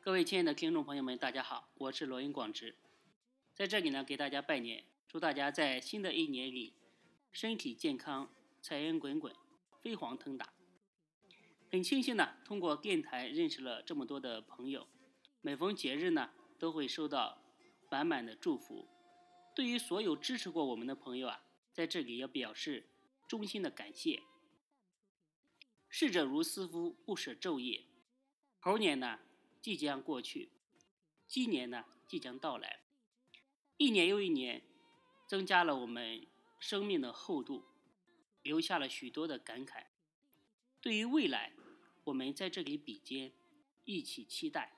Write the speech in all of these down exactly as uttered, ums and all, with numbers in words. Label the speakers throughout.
Speaker 1: 各位亲爱的听众朋友们，大家好，我是罗云广直，在这里呢给大家拜年，祝大家在新的一年里身体健康，财源滚滚，飞黄腾达。很庆幸呢，通过电台认识了这么多的朋友，每逢节日呢都会收到满满的祝福。对于所有支持过我们的朋友啊，在这里要表示衷心的感谢。逝者如斯夫，不舍昼夜。猴年呢即将过去，鸡年呢即将到来，一年又一年，增加了我们生命的厚度，留下了许多的感慨。对于未来，我们在这里比肩，一起期待。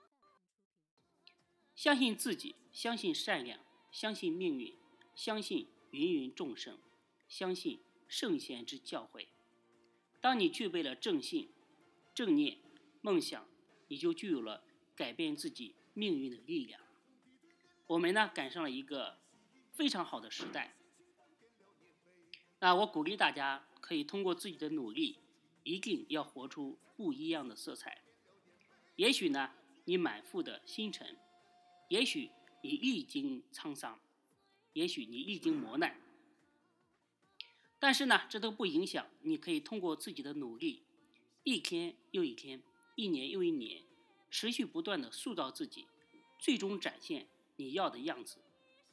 Speaker 1: 相信自己，相信善良，相信命运，相信芸芸众生，相信圣贤之教诲。当你具备了正信、正念、梦想，你就具有了改变自己命运的力量。我们呢赶上了一个非常好的时代。那我鼓励大家可以通过自己的努力，一定要活出不一样的色彩。也许呢你满腹的星辰，也许你历经沧桑，也许你历经磨难，但是呢这都不影响你可以通过自己的努力，一天又一天，一年又一年，持续不断的塑造自己，最终展现你要的样子。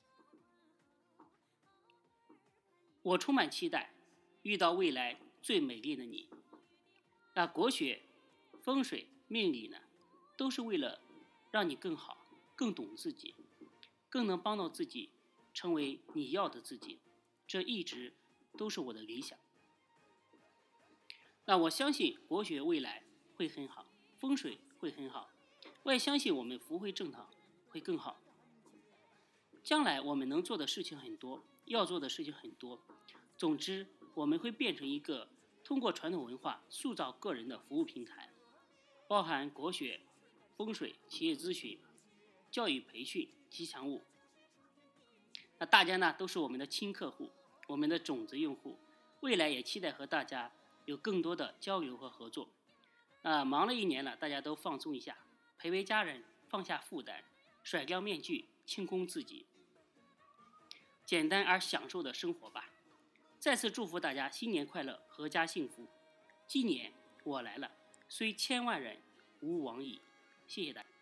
Speaker 1: 我充满期待，遇到未来最美丽的你。那国学、风水、命理呢，都是为了让你更好，更懂自己，更能帮到自己成为你要的自己。这一直都是我的理想。那我相信国学未来会很好，风水会很好，我也相信我们福慧正堂会更好。将来我们能做的事情很多，要做的事情很多。总之，我们会变成一个通过传统文化塑造个人的服务平台，包含国学、风水、企业咨询、教育培训、吉祥物。那大家呢都是我们的亲客户，我们的种子用户，未来也期待和大家有更多的交流和合作。啊，忙了一年了，大家都放松一下，陪陪家人，放下负担，甩掉面具，清空自己，简单而享受的生活吧。再次祝福大家新年快乐，阖家幸福。今年我来了，虽千万人，吾往矣。谢谢大家。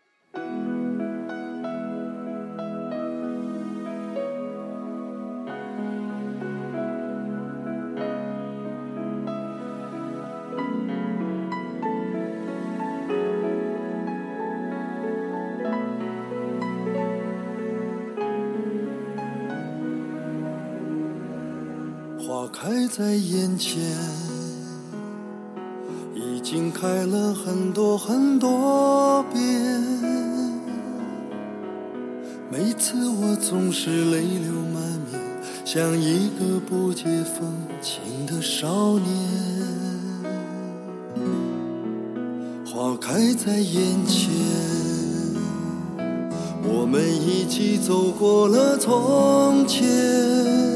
Speaker 2: 花开在眼前，已经开了很多很多遍。每次我总是泪流满面，像一个不解风情的少年。花开在眼前，我们一起走过了从前。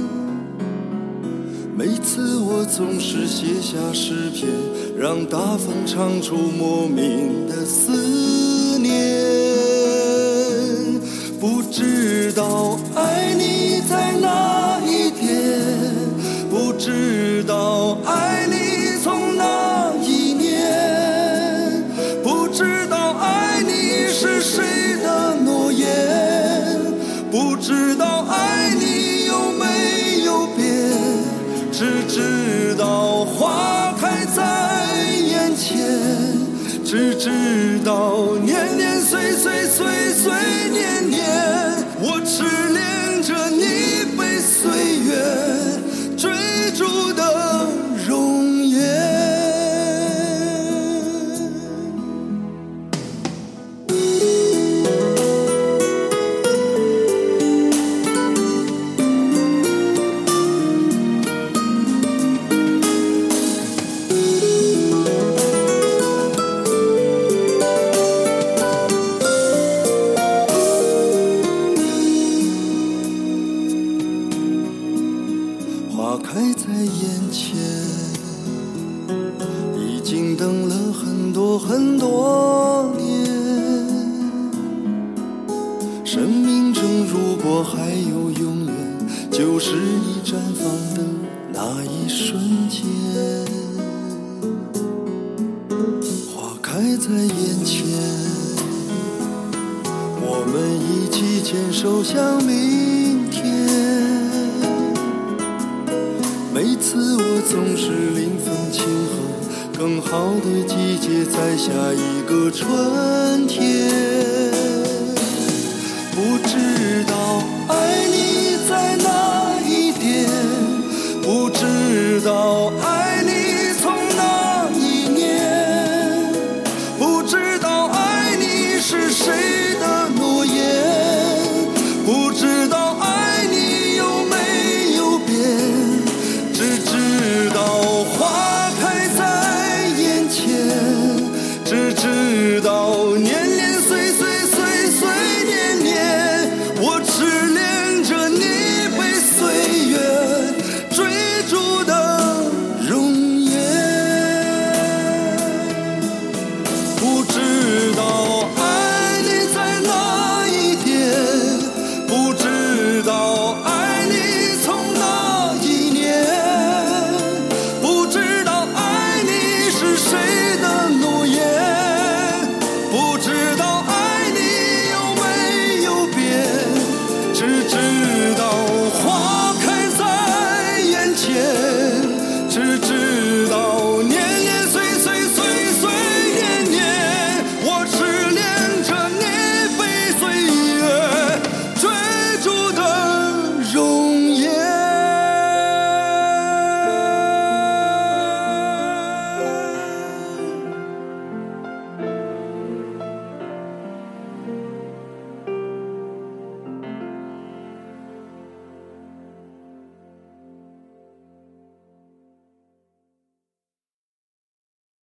Speaker 2: 每次我总是写下诗篇，让大风唱出莫名的思念。不知道爱你在哪一点，不知道爱你从哪一年，不知道爱你是谁的诺言，不知道爱你有没有变，只知道花开在眼前，只知道年年岁岁岁岁年年，我痴恋着你被岁月追逐的容颜。 果还有永远，就是你绽放的那一瞬间。花开在眼前，我们一起牵手向明天。每次我总是临分庆贺，更好的季节在下一个春天。不知道爱你在哪一点，不知道爱你从哪一年，不知道爱你是谁